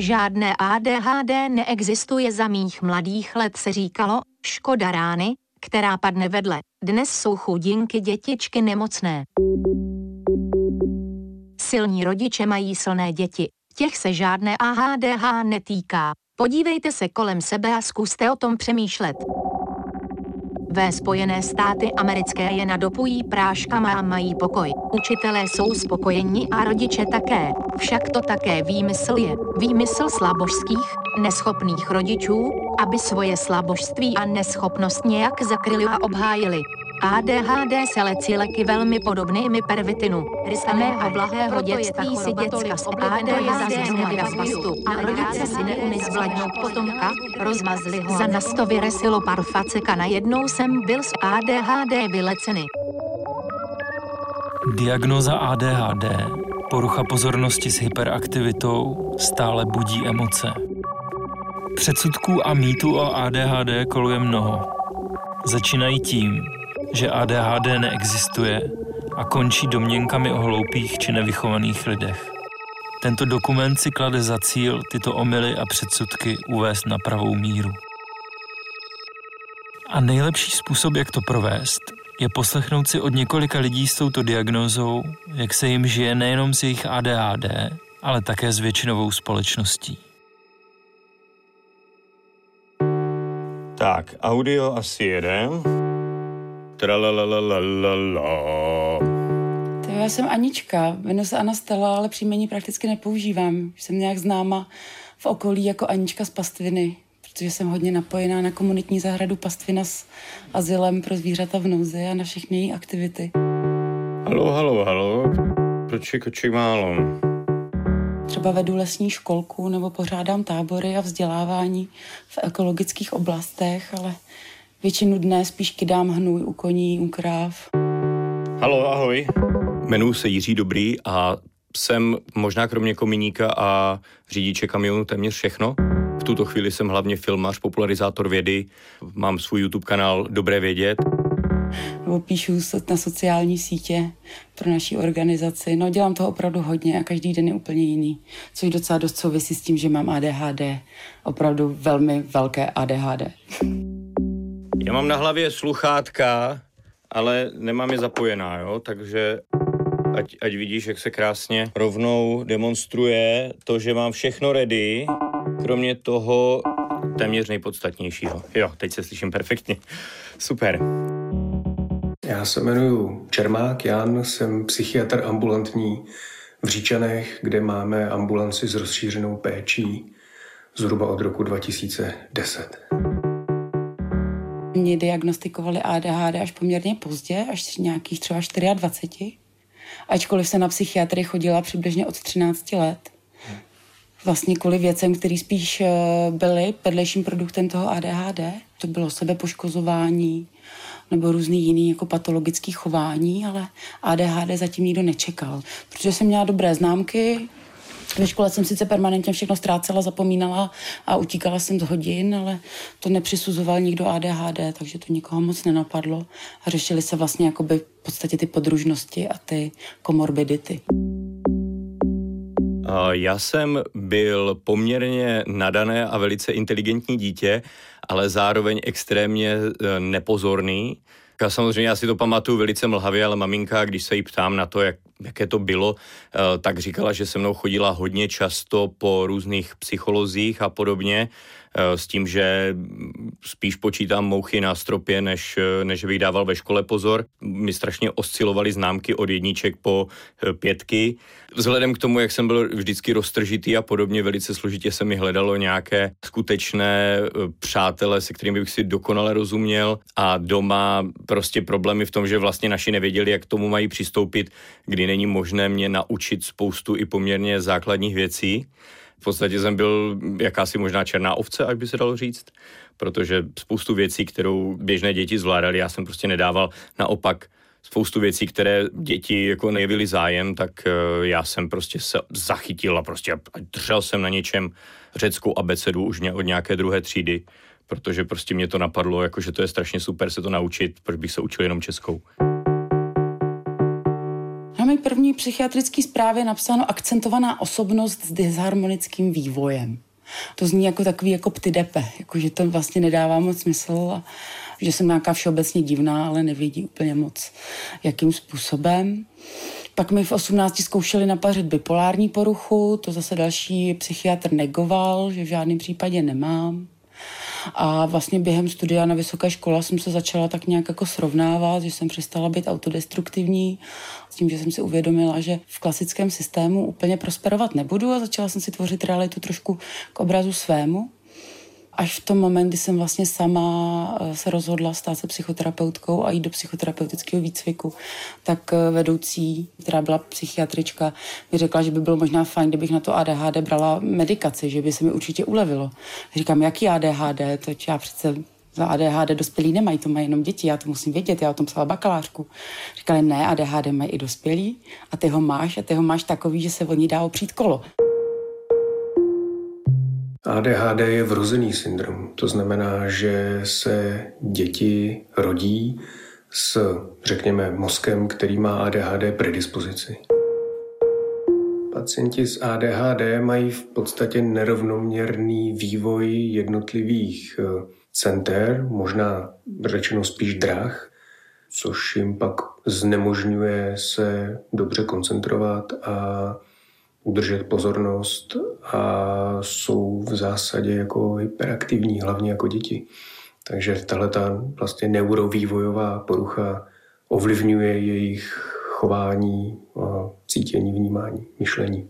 Žádné ADHD neexistuje, za mých mladých let se říkalo, škoda rány, která padne vedle. Dnes jsou chudinky dětičky nemocné. Silní rodiče mají silné děti, těch se žádné ADHD netýká. Podívejte se kolem sebe a zkuste o tom přemýšlet. Ve Spojené státy americké je nadopují práškama a mají pokoj. Učitelé jsou spokojení a rodiče také. Však to také výmysl je. Výmysl slabožských, neschopných rodičů, aby svoje slabožství a neschopnost nějak zakryli a obhájili. ADHD se lecí léky velmi podobnými pervitinu. Rysaného blahého dětství si děcka s ADHD nevyra z pastu a rodiče si neumy zvladnout potomka, rozmazli ho za na 100 vyresilo pár facek a najednou jsem byl z ADHD vylecený. Diagnóza ADHD, porucha pozornosti s hyperaktivitou, stále budí emoce. Předsudků a mýtů o ADHD koluje mnoho. Začínají tím, že ADHD neexistuje a končí domněnkami o hloupých či nevychovaných lidech. Tento dokument si klade za cíl tyto omyly a předsudky uvést na pravou míru. A nejlepší způsob, jak to provést, je poslechnout si od několika lidí s touto diagnózou, jak se jim žije nejenom s jejich ADHD, ale také s většinovou společností. Tak, audio asi jede. Já jsem Anička, jmenuji se Anna Stella, ale příjmení prakticky nepoužívám. Jsem nějak známa v okolí jako Anička z Pastviny, protože jsem hodně napojená na komunitní zahradu Pastvina s azylem pro zvířata v nouzi a na všechny její aktivity. Halo. Proč je koček málo? Třeba vedu lesní školku nebo pořádám tábory a vzdělávání v ekologických oblastech, ale většinu dne spíš kydám hnůj u koní, u kráv. Halo, ahoj. Jmenuji se Jiří Dobrý a jsem možná kromě kominíka a řidiče kamionu téměř všechno. V tuto chvíli jsem hlavně filmař, popularizátor vědy, mám svůj YouTube kanál Dobré vědět. Nebo píšu na sociální sítě pro naší organizaci. No, dělám toho opravdu hodně a každý den je úplně jiný. Což docela dost souvisí s tím, že mám ADHD. Opravdu velmi velké ADHD. Já mám na hlavě sluchátka, ale nemám je zapojená, jo? Takže ať vidíš, jak se krásně rovnou demonstruje to, že mám všechno ready, kromě toho téměř nejpodstatnějšího. Jo, teď se slyším perfektně. Super. Já se jmenuji Čermák Jan, jsem psychiatr ambulantní v Říčanech, kde máme ambulanci s rozšířenou péčí zhruba od roku 2010. Mě diagnostikovali ADHD až poměrně pozdě, až nějakých třeba 24. Ačkoliv jsem na psychiatrii chodila přibližně od 13 let. Vlastně kvůli věcem, které spíš byly vedlejším produktem toho ADHD. To bylo sebepoškozování nebo různý jiný jako patologický chování, ale ADHD zatím nikdo nečekal. Protože jsem měla dobré známky, ve škole jsem sice permanentně všechno ztrácela, zapomínala a utíkala jsem z hodin, ale to nepřisuzoval nikdo ADHD, takže to nikoho moc nenapadlo a řešily se vlastně jakoby v podstatě ty podružnosti a ty komorbidity. Já jsem byl poměrně nadané a velice inteligentní dítě, ale zároveň extrémně nepozorný. Já samozřejmě já si to pamatuju velice mlhavě, ale maminka, když se jí ptám na to, jaké to bylo, tak říkala, že se mnou chodila hodně často po různých psycholozích a podobně, s tím, že spíš počítám mouchy na stropě, než bych dával ve škole pozor. Mi strašně oscilovaly známky od jedniček po 5. Vzhledem k tomu, jak jsem byl vždycky roztržitý a podobně, velice složitě se mi hledalo nějaké skutečné přátele, se kterými bych si dokonale rozuměl, a doma prostě problémy v tom, že vlastně naši nevěděli, jak k tomu mají přistoupit, kdy není možné mě naučit spoustu i poměrně základních věcí. V podstatě jsem byl jakási možná černá ovce, jak by se dalo říct, protože spoustu věcí, kterou běžné děti zvládaly, já jsem prostě nedával. Naopak spoustu věcí, které děti jako nejevily zájem, tak já jsem prostě se zachytil a prostě držel jsem na něčem řeckou abecedu už od nějaké 2. třídy, protože prostě mě to napadlo, jako že to je strašně super se to naučit, proč bych se učil jenom českou. No, mi první psychiatrické zprávě napsáno akcentovaná osobnost s disharmonickým vývojem. To zní jako takový jako ptydepe, jako že to vlastně nedává moc smysl a že jsem nějaká všeobecně divná, ale nevědí úplně moc, jakým způsobem. Pak mi v 18 zkoušeli napařit bipolární poruchu, to zase další psychiatr negoval, že v žádném případě nemám. A vlastně během studia na vysoké škole jsem se začala tak nějak jako srovnávat, že jsem přestala být autodestruktivní, s tím, že jsem si uvědomila, že v klasickém systému úplně prosperovat nebudu a začala jsem si tvořit realitu trošku k obrazu svému. Až v tom moment, kdy jsem vlastně sama se rozhodla stát se psychoterapeutkou a jít do psychoterapeutického výcviku, tak vedoucí, která byla psychiatrička, mi řekla, že by bylo možná fajn, kdybych na to ADHD brala medikaci, že by se mi určitě ulevilo. Říkám, jaký ADHD? To já přece za ADHD dospělí nemají, to mají jenom děti, já to musím vědět, já o tom psala bakalářku. Říkali, ne, ADHD mají i dospělí a ty ho máš takový, že se o ní dá opřít kolo. ADHD je vrozený syndrom. To znamená, že se děti rodí s, řekněme, mozkem, který má ADHD predispozici. Pacienti s ADHD mají v podstatě nerovnoměrný vývoj jednotlivých center, možná řečeno spíš drah, což jim pak znemožňuje se dobře koncentrovat a udržet pozornost a jsou v zásadě jako hyperaktivní, hlavně jako děti. Takže tahleta vlastně neurovývojová porucha ovlivňuje jejich chování, cítění, vnímání, myšlení.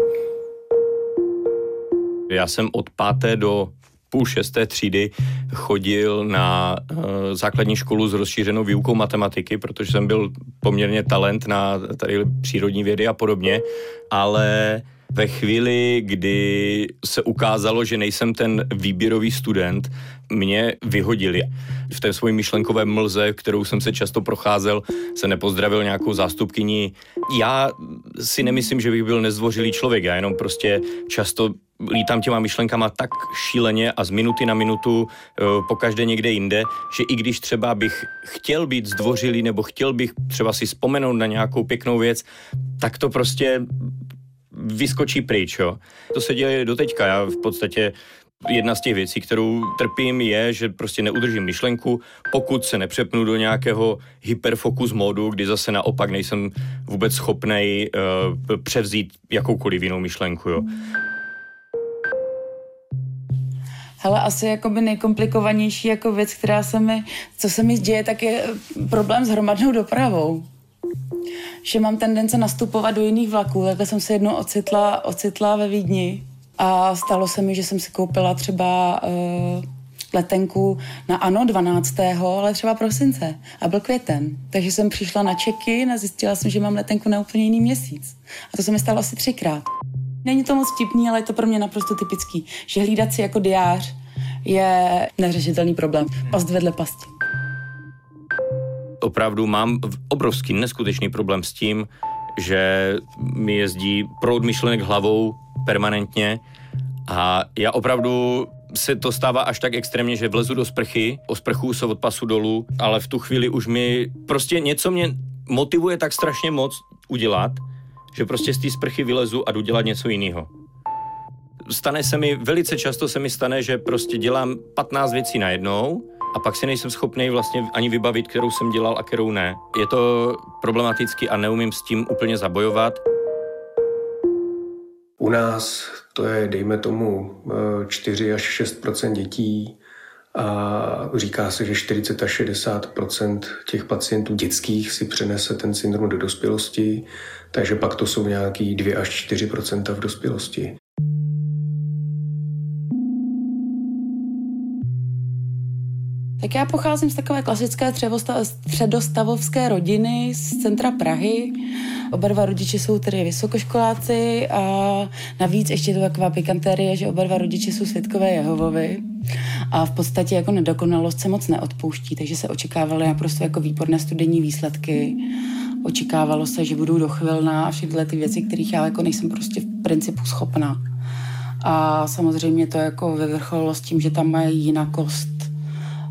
Já jsem od 5. do půl 6. třídy chodil na základní školu s rozšířenou výukou matematiky, protože jsem byl poměrně talent na tady přírodní vědy a podobně, ale ve chvíli, kdy se ukázalo, že nejsem ten výběrový student, mě vyhodili. V té svojí myšlenkové mlze, kterou jsem se často procházel, se nepozdravil nějakou zástupkyni. Já si nemyslím, že bych byl nezdvořilý člověk, já jenom prostě často lítám těma myšlenkama tak šíleně a z minuty na minutu pokaždé někde jinde, že i když třeba bych chtěl být zdvořilý nebo chtěl bych třeba si vzpomenout na nějakou pěknou věc, tak to prostě vyskočí pryč, jo. To se děje doteďka, já v podstatě jedna z těch věcí, kterou trpím, je, že prostě neudržím myšlenku, pokud se nepřepnu do nějakého hyperfokus módu, kdy zase naopak nejsem vůbec schopnej převzít jakoukoliv jinou myšlenku, jo. Hele, asi jakoby nejkomplikovanější jako věc, co se mi děje, tak je problém s hromadnou dopravou. Že mám tendence nastupovat do jiných vlaků. Takhle jsem se jednou ocitla ve Vídni a stalo se mi, že jsem si koupila třeba letenku na ANO 12. ale třeba prosince a byl květen. Takže jsem přišla na check-in a zjistila jsem, že mám letenku na úplně jiný měsíc. A to se mi stalo asi 3krát. Není to moc vtipný, ale je to pro mě naprosto typický, že hlídat si jako diář je neřešitelný problém. Past vedle pasti. Opravdu mám obrovský, neskutečný problém s tím, že mi jezdí proud myšlenek hlavou permanentně a já opravdu se to stává až tak extrémně, že vlezu do sprchy, osprchuju se od pasu dolů, ale v tu chvíli už mi prostě něco mě motivuje tak strašně moc udělat, že prostě z té sprchy vylezu a jdu dělat něco jiného. Velice často se mi stane, že prostě dělám 15 věcí najednou a pak si nejsem schopný vlastně ani vybavit, kterou jsem dělal a kterou ne. Je to problematický a neumím s tím úplně zabojovat. U nás to je, dejme tomu, 4 až 6% dětí a říká se, že 40 až 60% těch pacientů dětských si přenese ten syndrom do dospělosti, takže pak to jsou nějaký 2 až 4% v dospělosti. Tak já pocházím z takové klasické středostavovské rodiny z centra Prahy. Oba dva rodiče jsou tedy vysokoškoláci a navíc ještě to taková pikantérie, že oba dva rodiče jsou svědkové Jehovovi. A v podstatě jako nedokonalost se moc neodpouští, takže se očekávaly naprosto jako výborné studijní výsledky. Očekávalo se, že budou dochvilná a všechny ty věci, kterých já jako nejsem prostě v principu schopná. A samozřejmě to jako vyvrcholilo s tím, že tam mají jinakost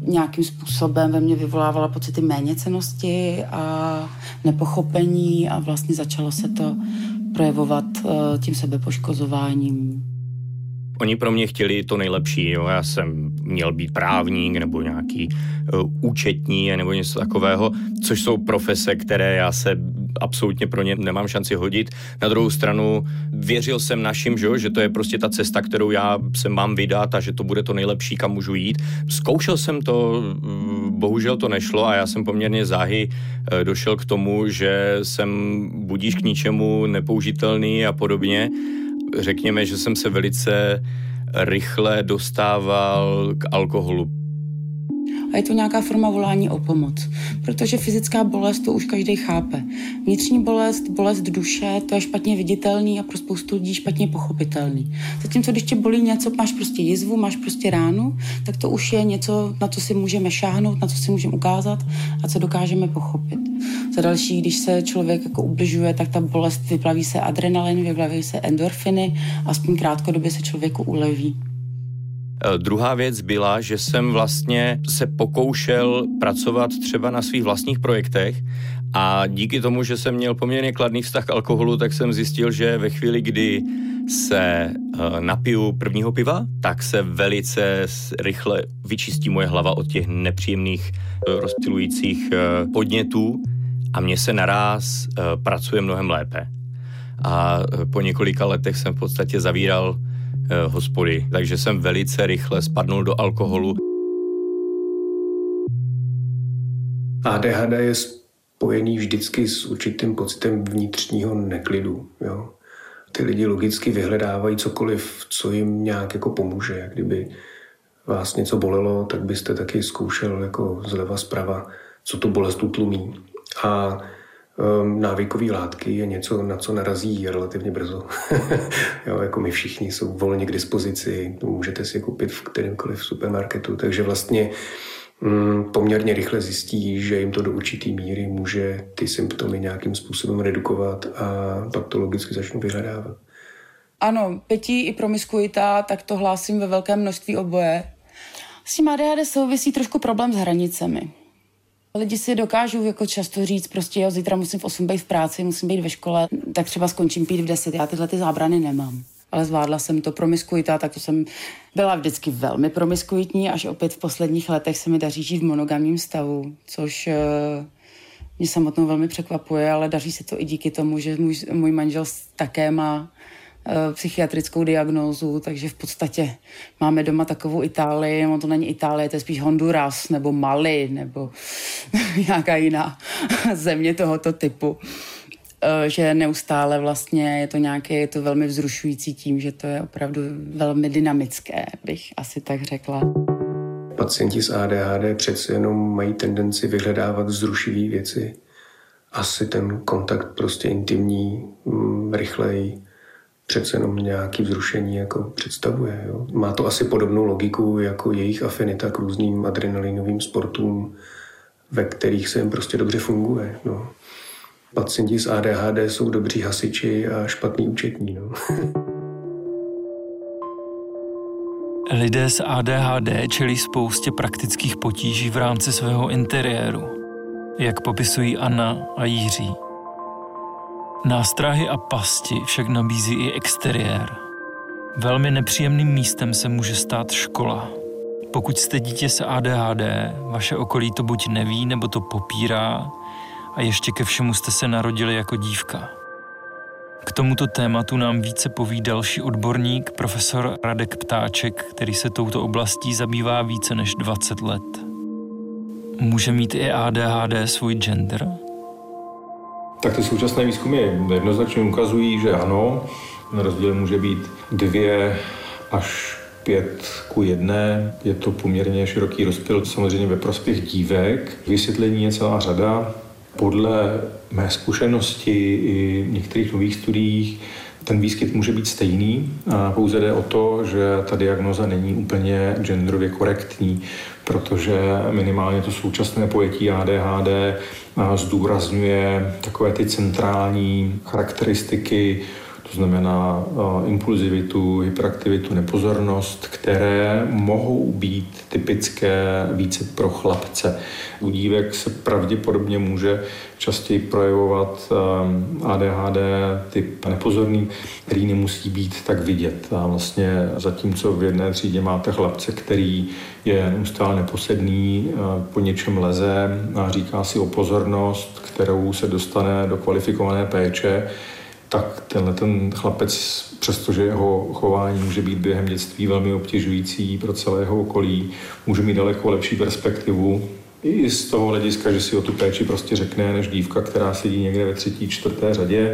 nějakým způsobem ve mně vyvolávala pocity méněcennosti a nepochopení a vlastně začalo se to projevovat tím sebepoškozováním. Oni pro mě chtěli to nejlepší, jo. Já jsem měl být právník nebo nějaký účetní nebo něco takového, což jsou profese, které já se absolutně pro ně nemám šanci hodit. Na druhou stranu věřil jsem našim, že to je prostě ta cesta, kterou já se mám vydat a že to bude to nejlepší, kam můžu jít. Zkoušel jsem to, bohužel to nešlo a já jsem poměrně záhy došel k tomu, že jsem budíš k ničemu nepoužitelný a podobně. Řekněme, že jsem se velice rychle dostával k alkoholu. A je to nějaká forma volání o pomoc, protože fyzická bolest to už každý chápe. Vnitřní bolest duše, to je špatně viditelný a pro spoustu lidí špatně pochopitelný. Zatímco když tě bolí něco, máš prostě jizvu, máš prostě ránu, tak to už je něco, na co si můžeme šáhnout, na co si můžeme ukázat a co dokážeme pochopit. Za další, když se člověk jako ubližuje, tak ta bolest vyplaví se adrenalin, vyplaví se endorfiny, aspoň krátkodobě se člověku uleví. Druhá věc byla, že jsem vlastně se pokoušel pracovat třeba na svých vlastních projektech a díky tomu, že jsem měl poměrně kladný vztah k alkoholu, tak jsem zjistil, že ve chvíli, kdy se napiju prvního piva, tak se velice rychle vyčistí moje hlava od těch nepříjemných rozptylujících podnětů a mně se naráz pracuje mnohem lépe. A po několika letech jsem v podstatě zavíral hospody, takže jsem velice rychle spadnul do alkoholu. ADHD je spojený vždycky s určitým pocitem vnitřního neklidu. Jo? Ty lidi logicky vyhledávají cokoliv, co jim nějak jako pomůže. Kdyby vás něco bolelo, tak byste taky zkoušel jako zleva zprava, co tu bolest utlumí. A návykové látky je něco, na co narazí relativně brzo. Jo, jako my všichni jsou volně k dispozici, můžete si je koupit v kterémkoliv supermarketu, takže vlastně poměrně rychle zjistí, že jim to do určitý míry může ty symptomy nějakým způsobem redukovat a pak to logicky začnou vyhledávat. Ano, pití i promiskuita, tak to hlásím ve velkém množství oboje. S tím ADHD souvisí trošku problém s hranicemi. Lidi si dokážou jako často říct, prostě jo, zítra musím v 8 být v práci, musím být ve škole, tak třeba skončím pít v 10. Já tyhle ty zábrany nemám. Ale zvládla jsem to promiskuita, tak to jsem byla vždycky velmi promiskuitní, až opět v posledních letech se mi daří žít v monogamním stavu, což mě samotnou velmi překvapuje, ale daří se to i díky tomu, že můj manžel také má psychiatrickou diagnózu, takže v podstatě máme doma takovou Itálii, no to není Itálie, to je spíš Honduras nebo Mali nebo nějaká jiná země tohoto typu, že neustále vlastně je to velmi vzrušující tím, že to je opravdu velmi dynamické, bych asi tak řekla. Pacienti s ADHD přece jenom mají tendenci vyhledávat vzrušivé věci. Asi ten kontakt prostě intimní, rychleji, přece jenom nějaké vzrušení jako představuje. Jo. Má to asi podobnou logiku jako jejich afinita k různým adrenalinovým sportům, ve kterých se jim prostě dobře funguje. No. Pacienti s ADHD jsou dobří hasiči a špatný účetní. No. Lidé s ADHD čelí spoustě praktických potíží v rámci svého interiéru, jak popisují Anna a Jiří. Nástrahy a pasti však nabízí i exteriér. Velmi nepříjemným místem se může stát škola. Pokud jste dítě s ADHD, vaše okolí to buď neví, nebo to popírá a ještě ke všemu jste se narodili jako dívka. K tomuto tématu nám více poví další odborník, profesor Radek Ptáček, který se touto oblastí zabývá více než 20 let. Může mít i ADHD svůj gender? Tak ty současné výzkumy jednoznačně ukazují, že ano. Rozdíl může být 2 až 5:1. Je to poměrně široký rozptyl, samozřejmě ve prospěch dívek. Vysvětlení je celá řada. Podle mé zkušenosti i některých nových studiích ten výskyt může být stejný. A pouze jde o to, že ta diagnóza není úplně genderově korektní, protože minimálně to současné pojetí ADHD zdůrazňuje takové ty centrální charakteristiky. to znamená impulzivitu, hyperaktivitu, nepozornost, které mohou být typické více pro chlapce. U dívek se pravděpodobně může častěji projevovat ADHD typ nepozorný, který nemusí být tak vidět. A vlastně zatímco v jedné třídě máte chlapce, který je neustále neposedný, po něčem leze a říká si o pozornost, kterou se dostane do kvalifikované péče, tak ten chlapec, přestože jeho chování může být během dětství velmi obtěžující pro celé jeho okolí, může mít daleko lepší perspektivu i z toho hlediska, že si o tu péči prostě řekne, než dívka, která sedí někde ve 3., 4. řadě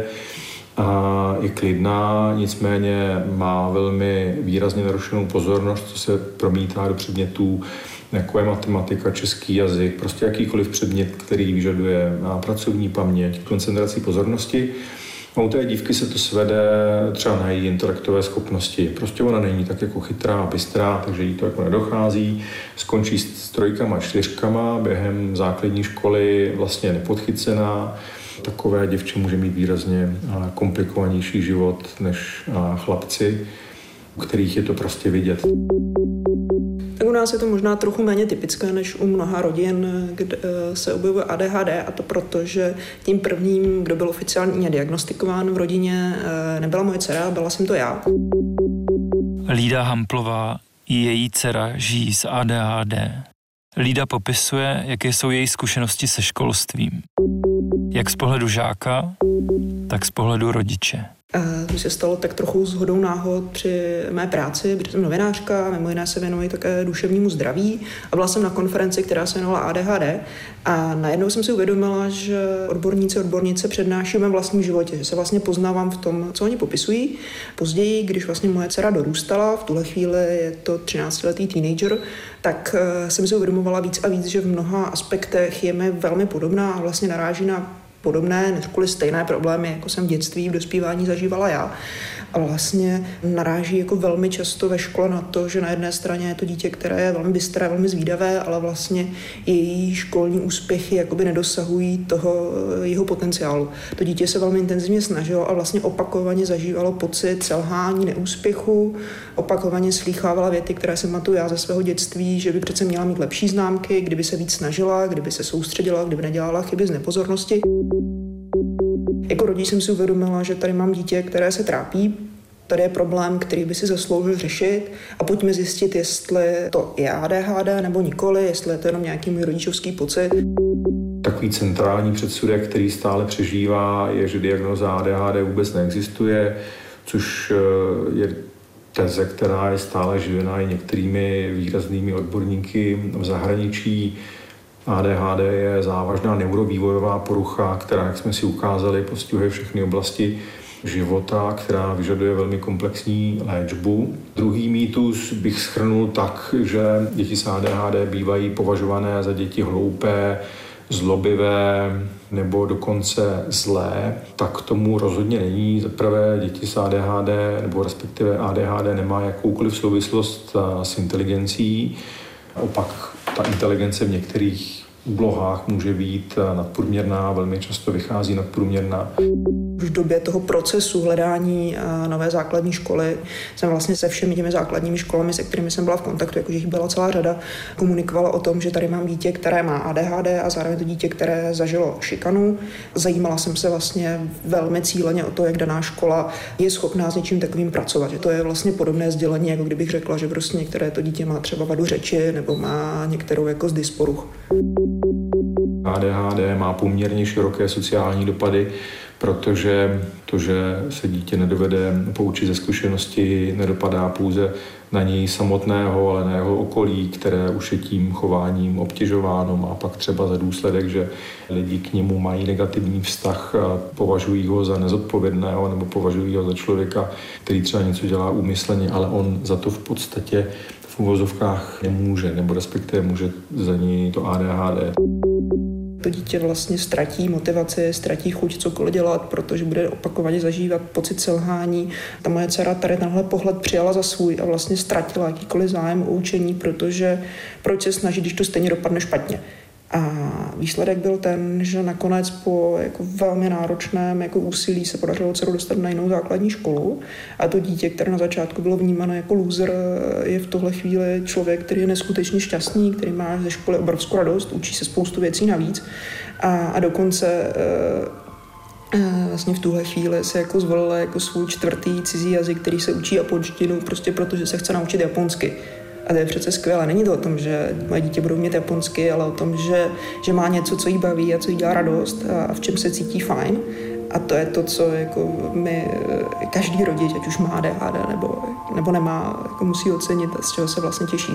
a je klidná, nicméně má velmi výrazně narušenou pozornost, co se promítá do předmětů, jako je matematika, český jazyk, prostě jakýkoliv předmět, který vyžaduje pracovní paměť, koncentraci pozornosti. A u té dívky se to svede třeba na její intelektové schopnosti. Prostě ona není tak jako chytrá a bystrá, takže jí to jako nedochází. Skončí s 3, 4, během základní školy vlastně nepodchycená. Takové děvče může mít výrazně komplikovanější život než chlapci, u kterých je to prostě vidět. Tak u nás je to možná trochu méně typické než u mnoha rodin, kde se objevuje ADHD, a to proto, že tím prvním, kdo byl oficiálně diagnostikován v rodině, nebyla moje dcera, byla jsem to já. Lída Hamplová i její dcera žijí s ADHD. Lída popisuje, jaké jsou její zkušenosti se školstvím. Jak z pohledu žáka, tak z pohledu rodiče. To se stalo tak trochu shodou náhod při mé práci, protože jsem novinářka, mimo jiné se věnuji také duševnímu zdraví a byla jsem na konferenci, která se jmenovala ADHD a najednou jsem si uvědomila, že odbornice přednáší o mém vlastním životě, že se vlastně poznávám v tom, co oni popisují. Později, když vlastně moje dcera dorůstala, v tuhle chvíli je to 13letý teenager, tak jsem si uvědomovala víc a víc, že v mnoha aspektech je mi velmi podobná a vlastně naráží na podobné, neřekli stejné problémy, jako jsem v dětství, v dospívání zažívala já. A vlastně naráží jako velmi často ve škole na to, že na jedné straně je to dítě, které je velmi bystré, velmi zvídavé, ale vlastně její školní úspěchy jakoby nedosahují toho jeho potenciálu. To dítě se velmi intenzivně snažilo a vlastně opakovaně zažívalo pocit selhání, neúspěchu, opakovaně slýchávala věty, které si pamatuju já ze svého dětství, že by přece měla mít lepší známky, kdyby se víc snažila, kdyby se soustředila, kdyby nedělala chyby z nepozornosti. Jako rodič jsem si uvědomila, že tady mám dítě, které se trápí. Tady je problém, který by si zasloužil řešit a pojďme zjistit, jestli to je ADHD nebo nikoli, jestli je to jenom nějaký můj rodičovský pocit. Takový centrální předsudek, který stále přežívá, je, že diagnóza ADHD vůbec neexistuje, což je teze, která je stále živená i některými výraznými odborníky v zahraničí. ADHD je závažná neurovývojová porucha, která, jak jsme si ukázali, postihuje všechny oblasti života, která vyžaduje velmi komplexní léčbu. Druhý mýtus bych shrnul tak, že děti s ADHD bývají považované za děti hloupé, zlobivé nebo dokonce zlé. Tak tomu rozhodně není. Za prvé děti s ADHD nebo respektive ADHD nemá jakoukoliv souvislost s inteligencí. Opak ta inteligence v některých úlohách může být nadprůměrná, velmi často vychází nadprůměrná. V době toho procesu hledání nové základní školy jsem vlastně se všemi těmi základními školami, se kterými jsem byla v kontaktu, jakože jich byla celá řada, komunikovala o tom, že tady mám dítě, které má ADHD a zároveň to dítě, které zažilo šikanu. Zajímala jsem se vlastně velmi cíleně o to, jak daná škola je schopná s něčím takovým pracovat. Že to je vlastně podobné sdělení, jako kdybych řekla, že prostě některé to dítě má třeba vadu řeči nebo má některou jako z dysporuch. ADHD má poměrně široké sociální dopady, protože to, že se dítě nedovede poučit ze zkušenosti, nedopadá pouze na něj samotného, ale na jeho okolí, které už je tím chováním obtěžováno, má pak třeba za důsledek, že lidi k němu mají negativní vztah, považují ho za nezodpovědného nebo považují ho za člověka, který třeba něco dělá úmyslně, ale on za to v podstatě v uvozovkách nemůže, nebo respektive může za něj to ADHD. To dítě vlastně ztratí motivaci, ztratí chuť cokoliv dělat, protože bude opakovaně zažívat pocit selhání. Ta moje dcera tady tenhle pohled přijala za svůj a vlastně ztratila jakýkoliv zájem o učení, protože proč se snažit, když to stejně dopadne špatně. A výsledek byl ten, že nakonec po jako velmi náročném jako úsilí se podařilo dceru dostat na jinou základní školu. A to dítě, které na začátku bylo vnímáno jako loser, je v tohle chvíli člověk, který je neskutečně šťastný, který má ze školy obrovskou radost, učí se spoustu věcí navíc. A dokonce vlastně v tuhle chvíli se jako zvolila jako svůj 4. cizí jazyk, který se učí japonštinu, prostě protože se chce naučit japonsky. A to je přece skvělé. Není to o tom, že moje dítě budou mít japonsky, ale o tom, že má něco, co jí baví a co jí dělá radost a v čem se cítí fajn. A to je to, co jako každý rodič, ať už má ADHD nebo nemá, jako musí ocenit a z čeho se vlastně těší.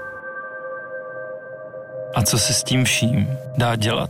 A co se s tím vším dá dělat?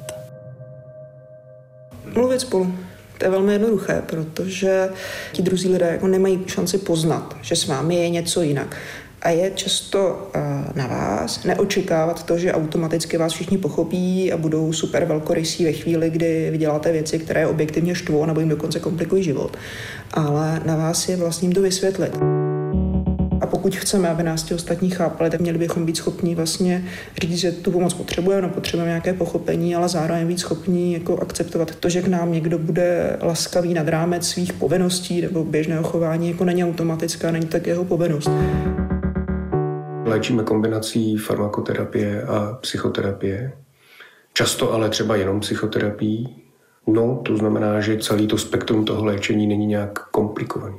Mluvit spolu. To je velmi jednoduché, protože ti druzí lidé jako nemají šanci poznat, že s vámi je něco jinak. A je často na vás neočekávat to, že automaticky vás všichni pochopí a budou super velkorysí ve chvíli, kdy vy děláte věci, které objektivně štvou nebo jim dokonce komplikují život. Ale na vás je vlastně jim to vysvětlit. A pokud chceme, aby nás ti ostatní chápali, tak měli bychom být schopni vlastně říct, že tu pomoc potřebujeme, potřebujeme nějaké pochopení, ale zároveň být schopni jako akceptovat to, že k nám někdo bude laskavý nad rámec svých povinností nebo běžného chování, jako není automatická, není tak jeho povinnost. Léčíme kombinací farmakoterapie a psychoterapie. Často ale třeba jenom psychoterapií. No, to znamená, že celý to spektrum toho léčení není nějak komplikovaný.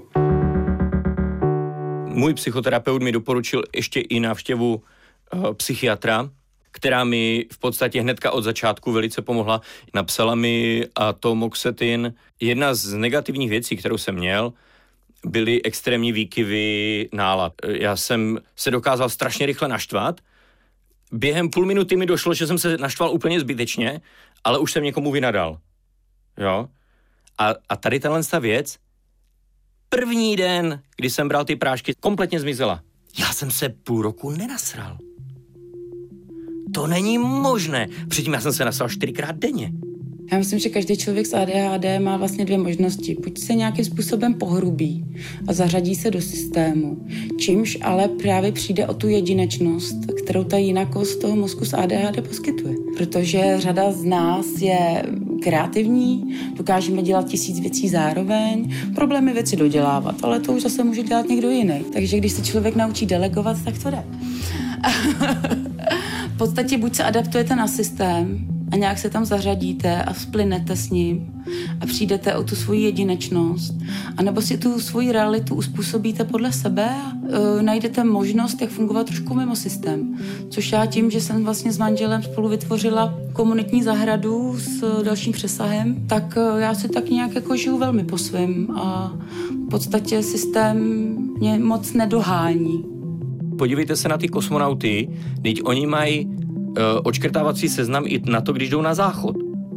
Můj psychoterapeut mi doporučil ještě i návštěvu psychiatra, která mi v podstatě hnedka od začátku velice pomohla. Napsala mi atomoxetin. Jedna z negativních věcí, kterou jsem měl, byly extrémní výkyvy nálad. Já jsem se dokázal strašně rychle naštvat. Během půl minuty mi došlo, že jsem se naštval úplně zbytečně, ale už jsem někomu vynadal. Jo? A tady tato věc, první den, kdy jsem bral ty prášky, kompletně zmizela. Já jsem se půl roku nenasral. To není možné. Předtím já jsem se nasral 4krát denně. Já myslím, že každý člověk s ADHD má vlastně 2 možnosti. Buď se nějakým způsobem pohrubí a zařadí se do systému, čímž ale právě přijde o tu jedinečnost, kterou ta jinakost toho mozku s ADHD poskytuje. Protože řada z nás je kreativní, dokážeme dělat 1000 věcí zároveň, problémy věci dodělávat, ale to už zase může dělat někdo jiný. Takže když se člověk naučí delegovat, tak to jde. V podstatě buď se adaptujete na systém, a nějak se tam zařadíte a splynete s ním a přijdete o tu svoji jedinečnost, anebo si tu svoji realitu uspůsobíte podle sebe a najdete možnost, jak fungovat trošku mimo systém. Což já tím, že jsem vlastně s manželem spolu vytvořila komunitní zahradu s dalším přesahem, tak já si tak nějak jako žiju velmi po svém a v podstatě systém mě moc nedohání. Podívejte se na ty kosmonauty, teď oni mají odškrtávací seznam i na to, když jdou na záchod.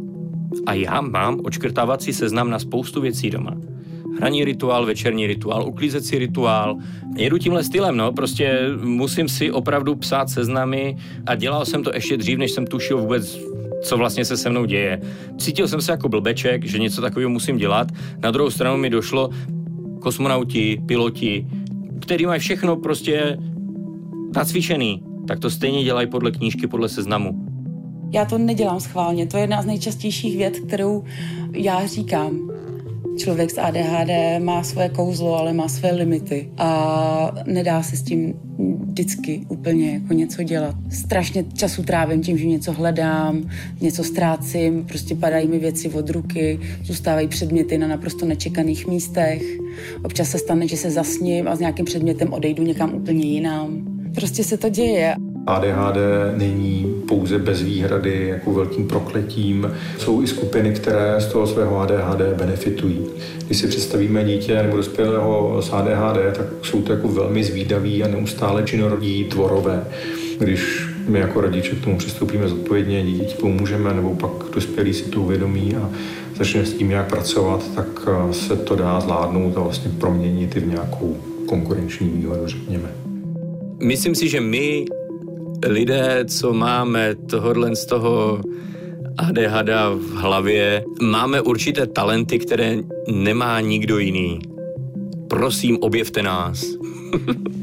A já mám odškrtávací seznam na spoustu věcí doma. Hraní rituál, večerní rituál, uklízecí rituál. Jedu tímhle stylem, no, prostě musím si opravdu psát seznamy a dělal jsem to ještě dřív, než jsem tušil vůbec, co vlastně se mnou děje. Cítil jsem se jako blbeček, že něco takového musím dělat. Na druhou stranu mi došlo kosmonauti, piloti, kteří mají všechno prostě nacvičený, tak to stejně dělají podle knížky, podle seznamu. Já to nedělám schválně, to je jedna z nejčastějších vět, kterou já říkám. Člověk s ADHD má svoje kouzlo, ale má své limity a nedá se s tím vždycky úplně jako něco dělat. Strašně času trávím tím, že něco hledám, něco ztrácím, prostě padají mi věci od ruky, zůstávají předměty na naprosto nečekaných místech. Občas se stane, že se zasním a s nějakým předmětem odejdu někam úplně jinam. Prostě se to děje. ADHD není pouze bez výhrady jako velkým prokletím. Jsou i skupiny, které z toho svého ADHD benefitují. Když si představíme dítě nebo dospělého s ADHD, tak jsou to jako velmi zvídaví a neustále činorodí tvorové. Když my jako rodiče k tomu přistoupíme zodpovědně, dítěti pomůžeme, nebo pak dospělí si to uvědomí a začne s tím nějak pracovat, tak se to dá zvládnout a vlastně proměnit i v nějakou konkurenční výhodu, řekněme. Myslím si, že my, lidé, co máme tohodle z toho ADHD v hlavě, máme určité talenty, které nemá nikdo jiný. Prosím, objevte nás.